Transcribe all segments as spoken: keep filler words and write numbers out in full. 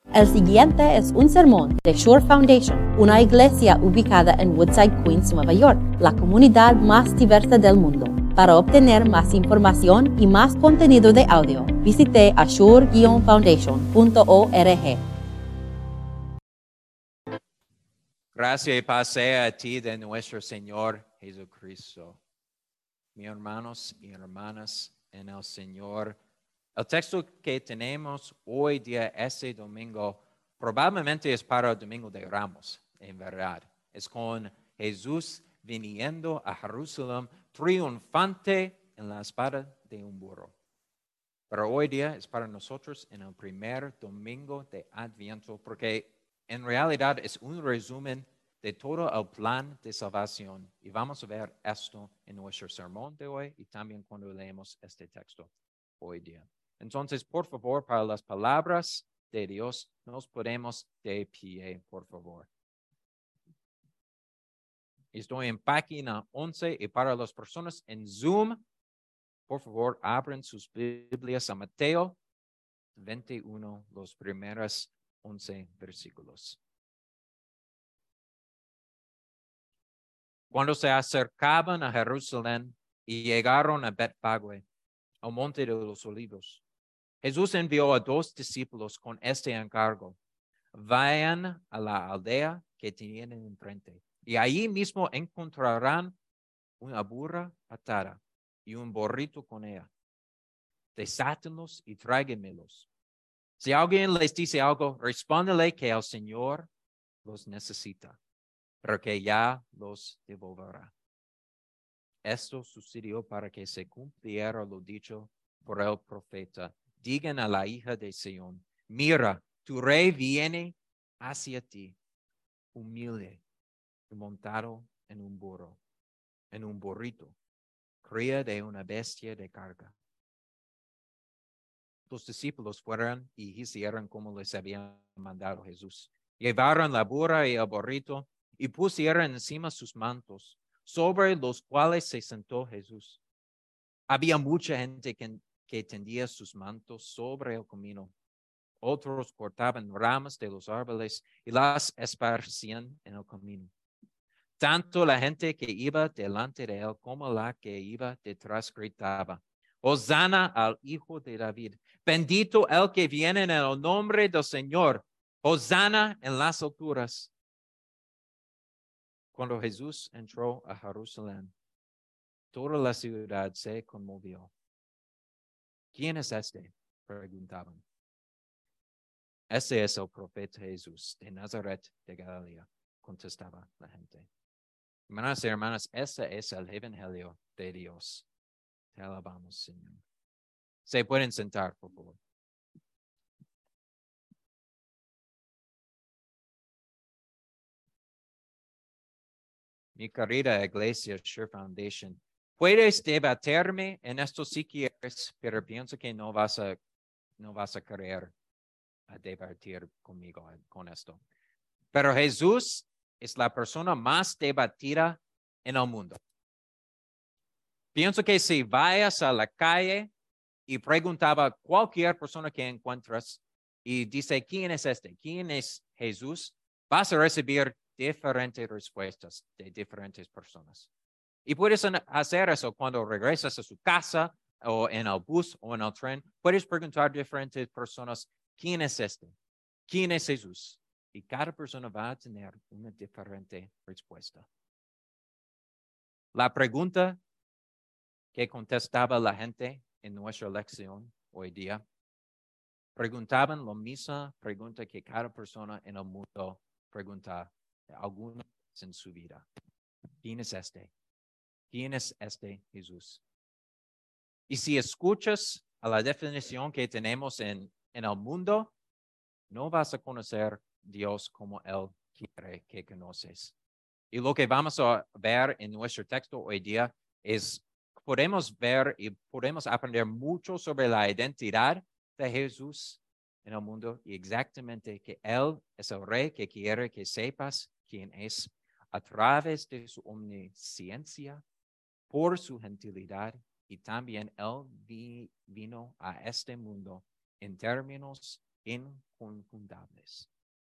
El siguiente es un sermón de Shore Foundation, una iglesia ubicada en Woodside, Queens, Nueva York, la comunidad más diversa del mundo. Para obtener más información y más contenido de audio, visite ashore foundation punto org. Gracia y paz sea a ti de nuestro Señor Jesucristo. Mis hermanos y hermanas en el Señor, el texto que tenemos hoy día, este domingo, probablemente es para el Domingo de Ramos, en verdad. Es con Jesús viniendo a Jerusalén triunfante en la espada de un burro. Pero hoy día es para nosotros en el primer domingo de Adviento, porque en realidad es un resumen de todo el plan de salvación. Y vamos a ver esto en nuestro sermón de hoy y también cuando leemos este texto hoy día. Entonces, por favor, para las palabras de Dios, nos ponemos de pie, por favor. Estoy en página once y para las personas en Zoom, por favor, abren sus Biblias a Mateo veintiuno, los primeros once versículos. Cuando se acercaban a Jerusalén y llegaron a Betfagé, al monte de los olivos, Jesús envió a dos discípulos con este encargo: vayan a la aldea que tienen enfrente, y allí mismo encontrarán una burra atada y un burrito con ella. Desátenlos y tráiganmelos. Si alguien les dice algo, respóndele que el Señor los necesita, pero que ya los devolverá. Esto sucedió para que se cumpliera lo dicho por el profeta. Digan a la hija de Sión: mira, tu rey viene hacia ti, humilde y montado en un burro, en un burrito, cría de una bestia de carga. Los discípulos fueron y hicieron como les había mandado Jesús. Llevaron la burra y el burrito y pusieron encima sus mantos, sobre los cuales se sentó Jesús. Había mucha gente que, que tendía sus mantos sobre el camino. Otros cortaban ramas de los árboles y las esparcían en el camino. Tanto la gente que iba delante de él como la que iba detrás gritaba: Hosana al Hijo de David. Bendito el que viene en el nombre del Señor. Hosana en las alturas. Cuando Jesús entró a Jerusalén, toda la ciudad se conmovió. ¿Quién es este?, preguntaban. Este es el profeta Jesús de Nazaret de Galilea, contestaba la gente. Hermanas y hermanas, este es el Evangelio de Dios. Te alabamos, Señor. Se pueden sentar, por favor. Mi querida iglesia Shore Foundation, puedes debatirme en esto si quieres, pero pienso que no vas a, no vas a querer a debatir conmigo con esto. Pero Jesús es la persona más debatida en el mundo. Pienso que si vayas a la calle y preguntaba a cualquier persona que encuentras y dice, ¿quién es este? ¿Quién es Jesús? Vas a recibir diferentes respuestas de diferentes personas. Y puedes hacer eso cuando regresas a su casa o en el bus o en el tren. Puedes preguntar a diferentes personas, ¿quién es este? ¿Quién es Jesús? Y cada persona va a tener una diferente respuesta. La pregunta que contestaba la gente en nuestra lección hoy día, preguntaban la misma pregunta que cada persona en el mundo pregunta alguna vez en su vida. ¿Quién es este? ¿Quién es este Jesús? Y si escuchas a la definición que tenemos en, en el mundo, no vas a conocer Dios como Él quiere que conoces. Y lo que vamos a ver en nuestro texto hoy día es, podemos ver y podemos aprender mucho sobre la identidad de Jesús en el mundo y exactamente que Él es el Rey que quiere que sepas quién es a través de su omnisciencia, por su gentilidad, y también Él vi, vino a este mundo en términos inconfundables.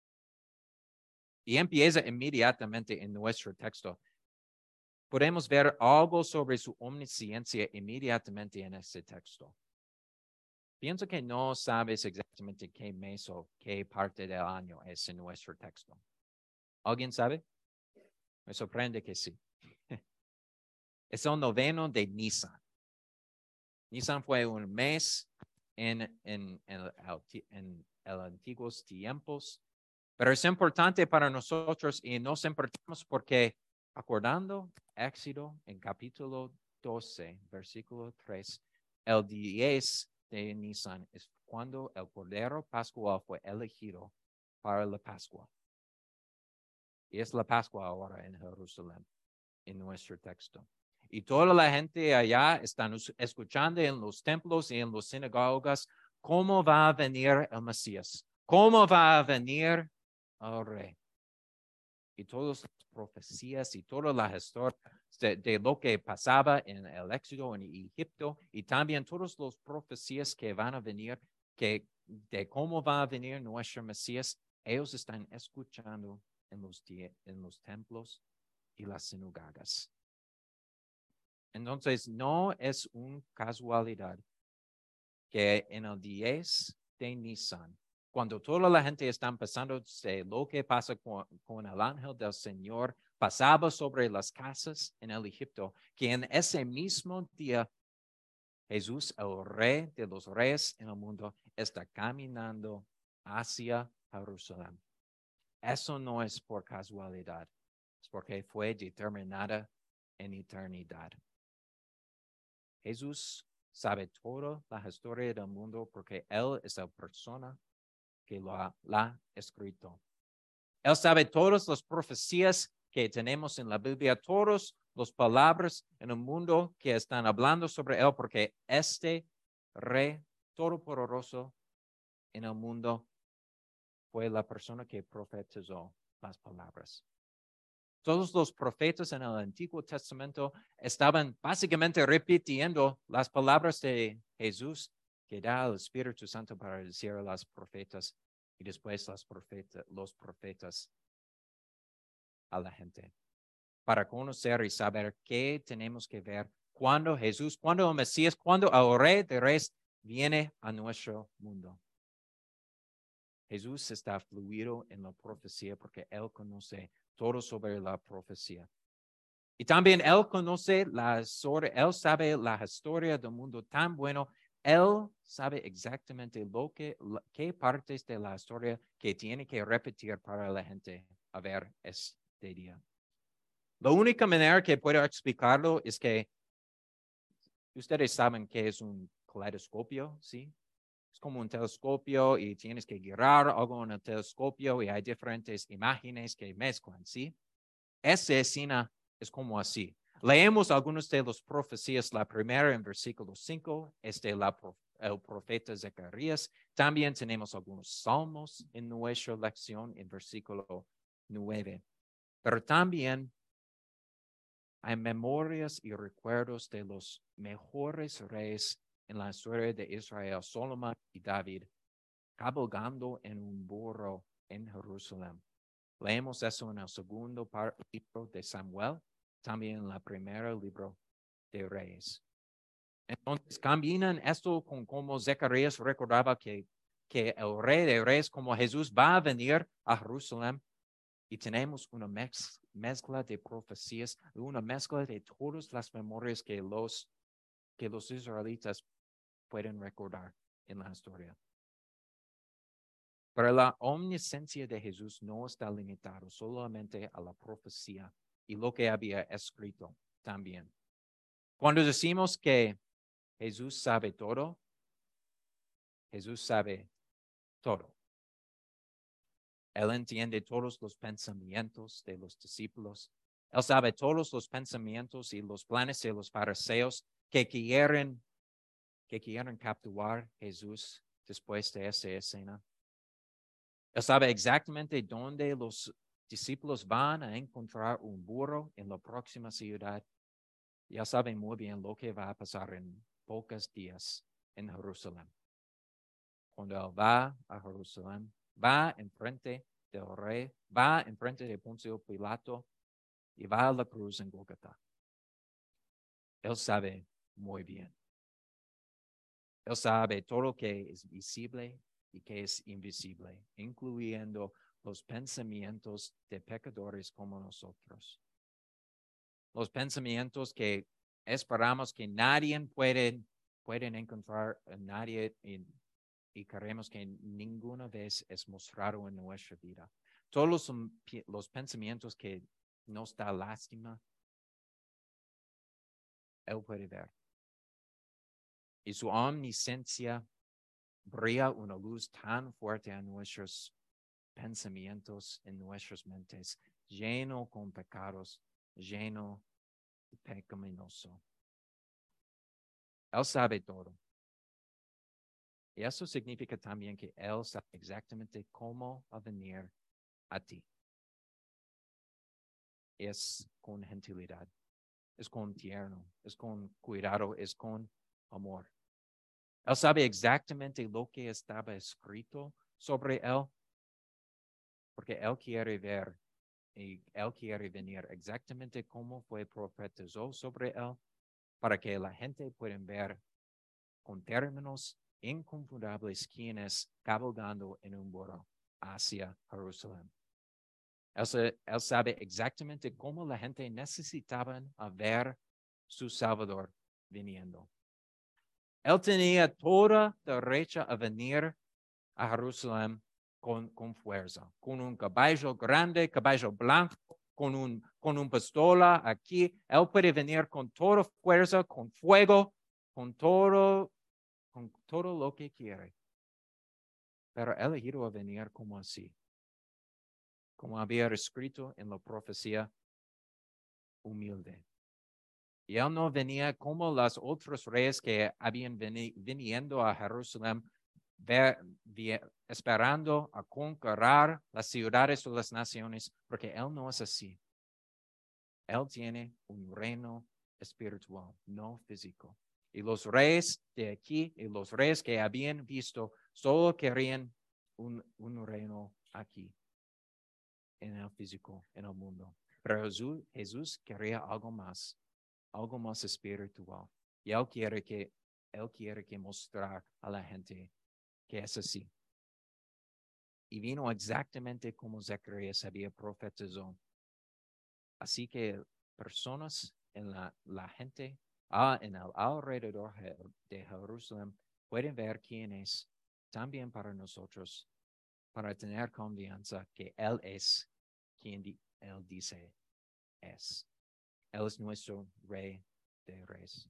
Y empieza inmediatamente en nuestro texto. Podemos ver algo sobre su omnisciencia inmediatamente en este texto. Pienso que no sabes exactamente qué mes o qué parte del año es en nuestro texto. ¿Alguien sabe? Me sorprende que sí. Es el noveno de Nisan. Nisan fue un mes en, en, en, el, en el antiguos tiempos, pero es importante para nosotros y nos importamos porque, acordando Éxodo en capítulo doce, versículo tres, el diez de Nisan es cuando el Cordero Pascual fue elegido para la Pascua. Y es la Pascua ahora en Jerusalén, en nuestro texto. Y toda la gente allá están escuchando en los templos y en las sinagogas cómo va a venir el Mesías, cómo va a venir el Rey. Y todas las profecías y toda la historia de, de lo que pasaba en el Éxodo en Egipto y también todas las profecías que van a venir, que, de cómo va a venir nuestro Mesías, ellos están escuchando en los, en los templos y las sinagogas. Entonces, no es una casualidad que en el diez de Nisan, cuando toda la gente está empezando de lo que pasa con, con el ángel del Señor, pasaba sobre las casas en el Egipto, que en ese mismo día Jesús, el Rey de los Reyes en el mundo, está caminando hacia Jerusalén. Eso no es por casualidad, es porque fue determinada en eternidad. Jesús sabe toda la historia del mundo porque Él es la persona que lo ha, la ha escrito. Él sabe todas las profecías que tenemos en la Biblia, todas las palabras en el mundo que están hablando sobre Él, porque este Rey todopoderoso en el mundo fue la persona que profetizó las palabras. Todos los profetas en el Antiguo Testamento estaban básicamente repitiendo las palabras de Jesús que da el Espíritu Santo para decir a los profetas y después las profeta, los profetas a la gente. Para conocer y saber qué tenemos que ver cuando Jesús, cuando el Mesías, cuando el Rey de Reyes viene a nuestro mundo. Jesús está fluido en la profecía porque Él conoce todo sobre la profecía. Y también Él conoce la historia, Él sabe la historia del mundo tan bueno, Él sabe exactamente lo que, qué partes de la historia que tiene que repetir para la gente a ver este día. La única manera que puedo explicarlo es que ustedes saben que es un caleidoscopio, ¿sí? Es como un telescopio y tienes que girar algo en el telescopio y hay diferentes imágenes que mezclan, ¿sí? Esa escena es como así. Leemos algunas de las profecías. La primera en versículo cinco es de la, el profeta Zacarías. También tenemos algunos salmos en nuestra lección en versículo nueve. Pero también hay memorias y recuerdos de los mejores reyes en la historia de Israel, Solomón y David, cabalgando en un burro en Jerusalén. Leemos eso en el segundo libro de Samuel, también en el primer libro de Reyes. Entonces, combinan esto con cómo Zacarías recordaba que, que el Rey de Reyes, como Jesús, va a venir a Jerusalén. Y tenemos una mez, mezcla de profecías, una mezcla de todas las memorias que los, que los israelitas pueden recordar en la historia. Pero la omnisciencia de Jesús no está limitada solamente a la profecía y lo que había escrito también. Cuando decimos que Jesús sabe todo, Jesús sabe todo. Él entiende todos los pensamientos de los discípulos. Él sabe todos los pensamientos y los planes de los fariseos que quieren, que quieren capturar a Jesús después de esa escena. Él sabe exactamente dónde los discípulos van a encontrar un burro en la próxima ciudad. Y él sabe muy bien lo que va a pasar en pocos días en Jerusalén. cuando Él va a Jerusalén, va enfrente del rey, va enfrente de Poncio Pilato y va a la cruz en Gólgota. Él sabe muy bien. Él sabe todo lo que es visible y que es invisible, incluyendo los pensamientos de pecadores como nosotros. Los pensamientos que esperamos que nadie puede pueden encontrar a nadie y, y queremos que ninguna vez es mostrado en nuestra vida. Todos los, los pensamientos que nos da lástima, Él puede ver. Y su omnisciencia brilla una luz tan fuerte a nuestros pensamientos, en nuestras mentes, lleno con pecados, lleno de pecaminoso. Él sabe todo. Y eso significa también que Él sabe exactamente cómo va a venir a ti. Es con gentilidad, es con tierno, es con cuidado, es con amor. Él sabe exactamente lo que estaba escrito sobre Él, porque Él quiere ver y Él quiere venir exactamente como fue profetizado sobre Él, para que la gente pueda ver con términos inconfundables quién es cabalgando en un burro hacia Jerusalén. Él, él sabe exactamente cómo la gente necesitaba ver su Salvador viniendo. Él tenía toda derecha a venir a Jerusalén con, con fuerza, con un caballo grande, caballo blanco, con un, con un pistola aquí. Él puede venir con toda fuerza, con fuego, con todo, con todo lo que quiere. Pero él elegido a venir como así, como había escrito en la profecía, humilde. Y él no venía como los otros reyes que habían veni, viniendo a Jerusalén, ver, ver, esperando a conquistar las ciudades o las naciones, porque él no es así. Él tiene un reino espiritual, no físico. Y los reyes de aquí y los reyes que habían visto solo querían un, un reino aquí, en el físico, en el mundo. Pero Jesús, Jesús quería algo más, algo más espiritual. Y Él quiere que, Él quiere que mostrar a la gente que es así. Y vino exactamente como Zacarías había profetizado. Así que personas en la, la gente ah, en el alrededor de Jerusalén pueden ver quién es también para nosotros, para tener confianza que Él es quien di, Él dice es. Él es nuestro Rey de Reyes.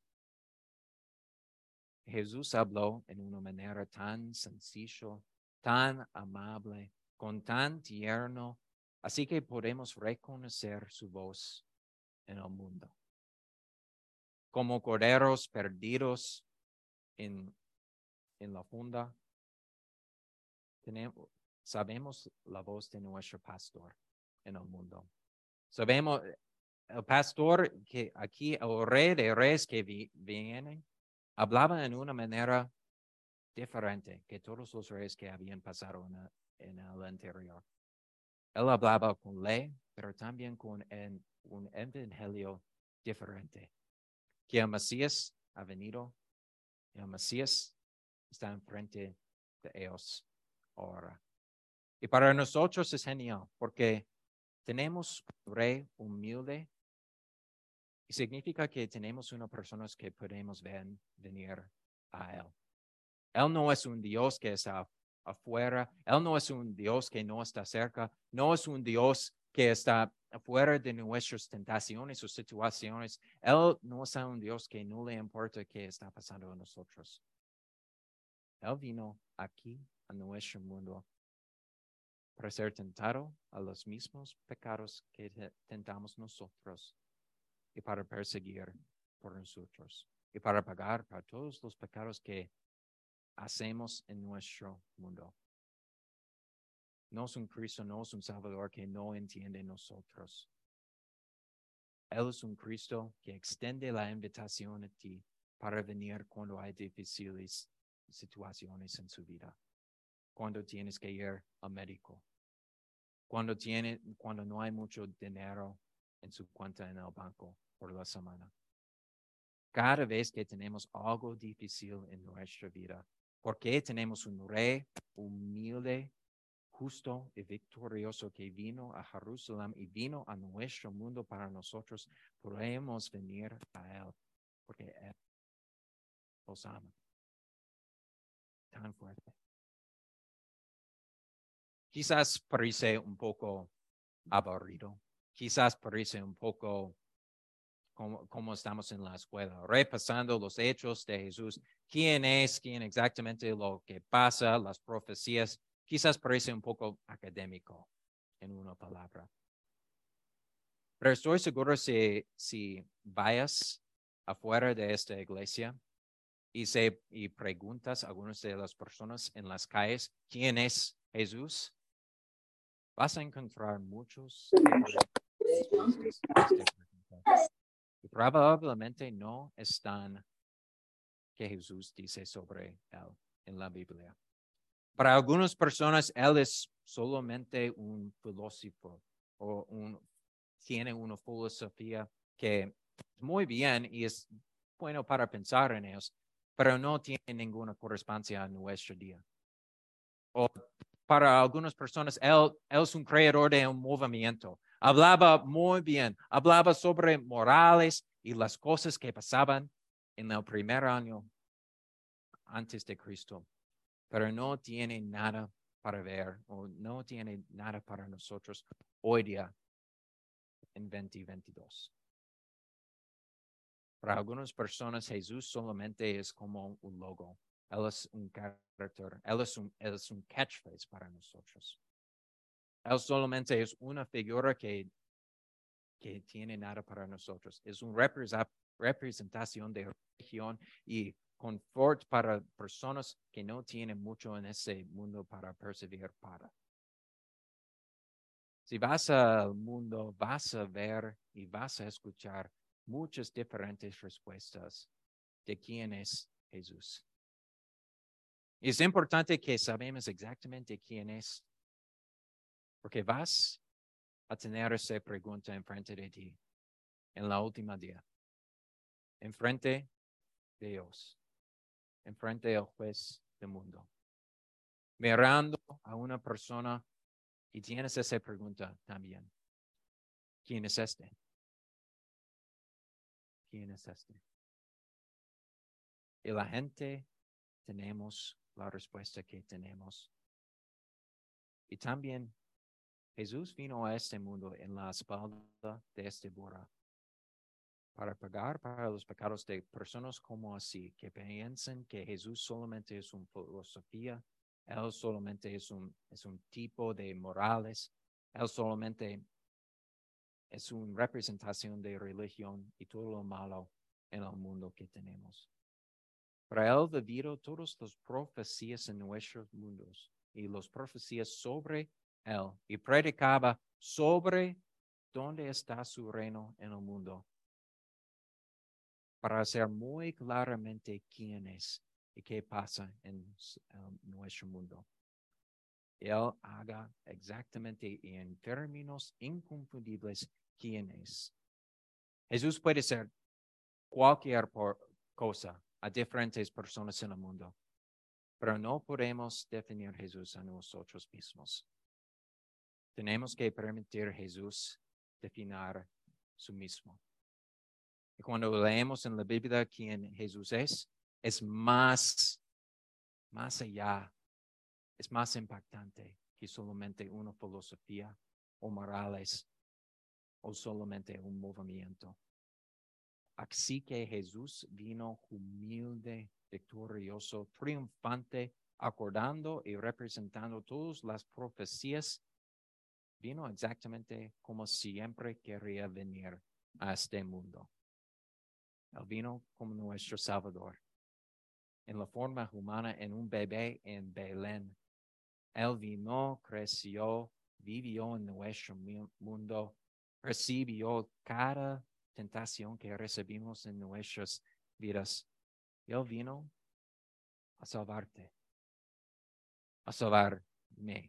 Jesús habló en una manera tan sencilla, tan amable, con tan tierno, así que podemos reconocer su voz en el mundo. Como corderos perdidos en, en la funda, tenemos, sabemos la voz de nuestro pastor en el mundo. Sabemos, el pastor que aquí, el rey de reyes que vi, viene, hablaba en una manera diferente que todos los reyes que habían pasado en el, en el anterior. Él hablaba con ley, pero también con en, un evangelio diferente. Que el Mesías ha venido, el Mesías está enfrente de ellos ahora. Y para nosotros es genial, porque tenemos un rey humilde y significa que tenemos una persona que podemos ver venir a Él. Él no es un Dios que está afuera, Él no es un Dios que no está cerca, no es un Dios que está afuera de nuestras tentaciones o situaciones. Él no es un Dios que no le importa qué está pasando a nosotros. Él vino aquí a nuestro mundo para ser tentado a los mismos pecados que tentamos nosotros y para perseguir por nosotros y para pagar para todos los pecados que hacemos en nuestro mundo. No es un Cristo, no es un Salvador que no entiende nosotros. Él es un Cristo que extiende la invitación a ti para venir cuando hay difíciles situaciones en su vida. cuando tienes que ir al médico, cuando, tiene, cuando no hay mucho dinero en su cuenta en el banco por la semana. Cada vez que tenemos algo difícil en nuestra vida, porque tenemos un rey humilde, justo y victorioso que vino a Jerusalén y vino a nuestro mundo para nosotros, podemos venir a Él, porque Él nos ama. Tan fuerte. Quizás parece un poco aburrido, quizás parece un poco como, como estamos en la escuela, repasando los hechos de Jesús, quién es, quién exactamente lo que pasa, las profecías, quizás parece un poco académico en una palabra. Pero estoy seguro si, si vayas afuera de esta iglesia y, se, y preguntas a algunas de las personas en las calles, ¿quién es Jesús? Vas a encontrar muchos y probablemente no están que Jesús dice sobre él en la Biblia. Para algunas personas, él es solamente un filósofo o un, tiene una filosofía que es muy bien y es bueno para pensar en ellos, pero no tiene ninguna correspondencia a nuestro día. O para algunas personas, él, él es un creador de un movimiento. Hablaba muy bien, hablaba sobre morales y las cosas que pasaban en el primer año antes de Cristo, pero no tiene nada para ver o no tiene nada para nosotros hoy día en veinte veintidós. Para algunas personas, Jesús solamente es como un logo. Él es un carácter, él es un, él es un catchphrase para nosotros. Él solamente es una figura que, que tiene nada para nosotros. Es una representación de religión y confort para personas que no tienen mucho en ese mundo para perseverar para. Si vas al mundo, vas a ver y vas a escuchar muchas diferentes respuestas de quién es Jesús. Es importante que sabemos exactamente quién es, porque vas a tener esa pregunta enfrente de ti en la última día, enfrente de Dios, enfrente del juez del mundo, mirando a una persona y tienes esa pregunta también. ¿Quién es este? ¿Quién es este? Y la gente tenemos la respuesta que tenemos. Y también Jesús vino a este mundo en la espalda de este burro para pagar para los pecados de personas como así, que piensan que Jesús solamente es una filosofía, Él solamente es un, es un tipo de morales, Él solamente es una representación de religión y todo lo malo en el mundo que tenemos. Para Él vivido todas las profecías en nuestros mundos y las profecías sobre Él y predicaba sobre dónde está su reino en el mundo para hacer muy claramente quién es y qué pasa en um, nuestro mundo. Él haga exactamente en términos inconfundibles quién es. Jesús puede ser cualquier por, cosa a diferentes personas en el mundo, pero no podemos definir a Jesús a nosotros mismos. Tenemos que permitir a Jesús definir su mismo. Y cuando leemos en la Biblia quién Jesús es, es más, más allá, es más impactante que solamente una filosofía o morales o solamente un movimiento. Así que Jesús vino humilde, victorioso, triunfante, acordando y representando todas las profecías. Vino exactamente como siempre quería venir a este mundo. Él vino como nuestro Salvador, en la forma humana, en un bebé en Belén. Él vino, creció, vivió en nuestro mundo, recibió cada tentación que recibimos en nuestras vidas. Él vino a salvarte. a salvarme.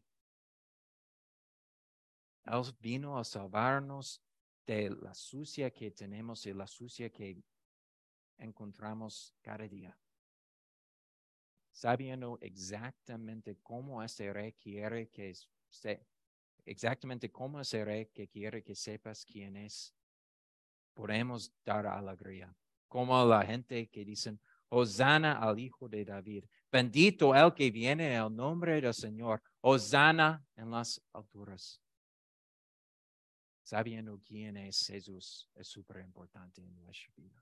Él vino a salvarnos de la sucia que tenemos y la sucia que encontramos cada día. Sabiendo exactamente cómo este rey quiere que se, exactamente cómo ese rey que quiere que sepas quién es, podemos dar alegría. Como la gente que dicen, Hosanna al Hijo de David. Bendito el que viene en el nombre del Señor. Hosanna en las alturas. Sabiendo quién es Jesús es súper importante en nuestra vida.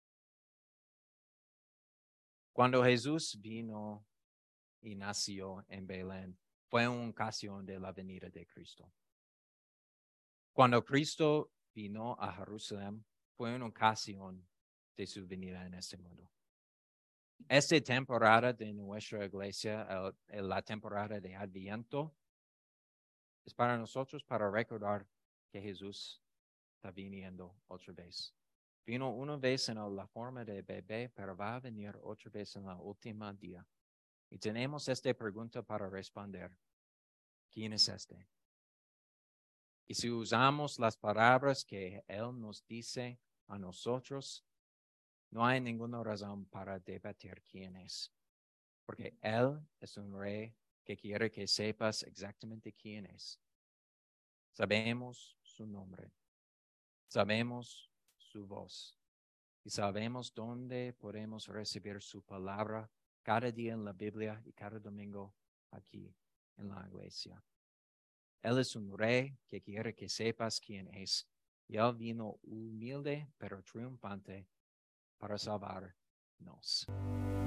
Cuando Jesús vino y nació en Belén, fue una ocasión de la venida de Cristo. Cuando Cristo vino a Jerusalén, fue una ocasión de su venida en este mundo. Esta temporada de nuestra iglesia, el, la temporada de Adviento, es para nosotros para recordar que Jesús está viniendo otra vez. Vino una vez en la forma de bebé, pero va a venir otra vez en el último día. Y tenemos esta pregunta para responder. ¿Quién es este? Y si usamos las palabras que Él nos dice a nosotros, no hay ninguna razón para debatir quién es. Porque Él es un rey que quiere que sepas exactamente quién es. Sabemos su nombre. Sabemos su voz. Y sabemos dónde podemos recibir su palabra cada día en la Biblia y cada domingo aquí en la iglesia. Él es un rey que quiere que sepas quién es. Y Él vino humilde pero triunfante para salvarnos.